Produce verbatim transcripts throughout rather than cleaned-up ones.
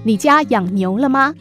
你家养牛了吗？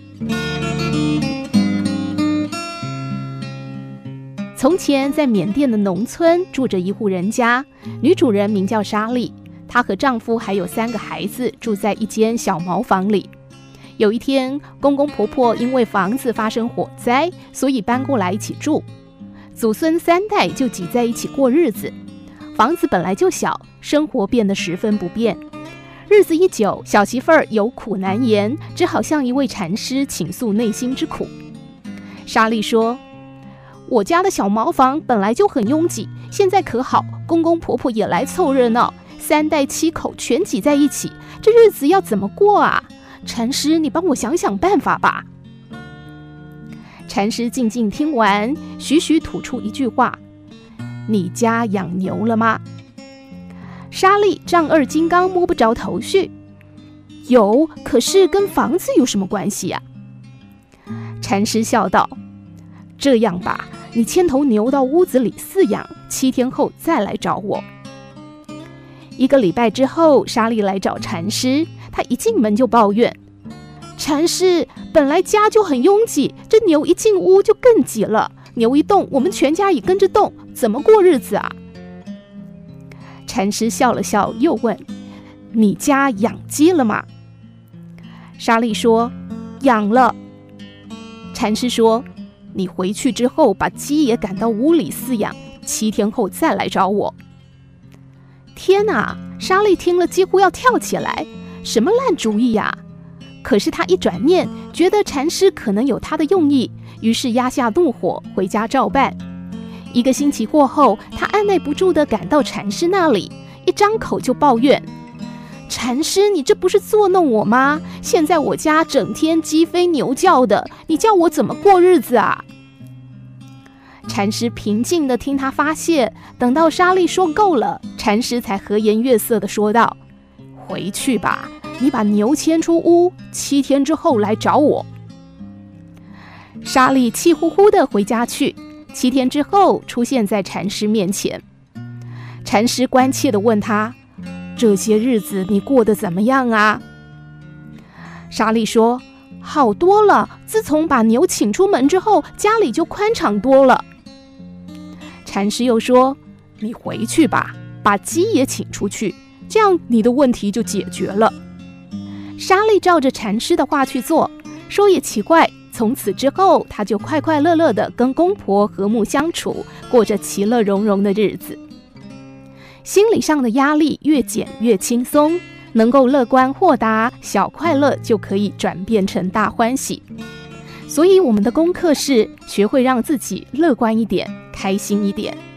从前在缅甸的农村住着一户人家，女主人名叫莎莉，她和丈夫还有三个孩子住在一间小茅房里。有一天，公公婆婆因为房子发生火灾，所以搬过来一起住，祖孙三代就挤在一起过日子。房子本来就小，生活变得十分不便。日子一久，小媳妇儿有苦难言，只好向一位禅师倾诉内心之苦。莎莉说，我家的小茅房本来就很拥挤，现在可好，公公婆婆也来凑热闹，三代七口全挤在一起，这日子要怎么过啊？禅师，你帮我想想办法吧。禅师静静听完，徐徐吐出一句话，你家养牛了吗？莎莉丈二金刚摸不着头绪，有，可是跟房子有什么关系呀？禅师笑道，这样吧，你牵头牛到屋子里饲养，七天后再来找我。一个礼拜之后，莎莉来找禅师，她一进门就抱怨，禅师，本来家就很拥挤，这牛一进屋就更挤了，牛一动，我们全家也跟着动，怎么过日子啊？禅师笑了笑，又问，你家养鸡了吗？莎莉说，养了。禅师说，你回去之后把鸡也赶到屋里饲养，七天后再来找我。天哪！莎莉听了几乎要跳起来，什么烂主意呀！可是她一转念，觉得禅师可能有他的用意，于是压下怒火，回家照办。一个星期过后，她按耐不住地赶到禅师那里，一张口就抱怨，禅师，你这不是作弄我吗？现在我家整天鸡飞牛叫的，你叫我怎么过日子啊？禅师平静地听他发泄，等到莎莉说够了，禅师才和颜悦色地说道，回去吧，你把牛牵出屋，七天之后来找我。莎莉气呼呼地回家去，七天之后出现在禅师面前。禅师关切地问他，这些日子你过得怎么样啊？莎莉说，好多了，自从把牛请出门之后，家里就宽敞多了。禅师又说，你回去吧，把鸡也请出去，这样你的问题就解决了。莎莉照着禅师的话去做，说也奇怪，从此之后，她就快快乐乐地跟公婆和睦相处，过着其乐融融的日子。心理上的压力越减越轻松，能够乐观豁达，小快乐就可以转变成大欢喜。所以我们的功课是学会让自己乐观一点，开心一点。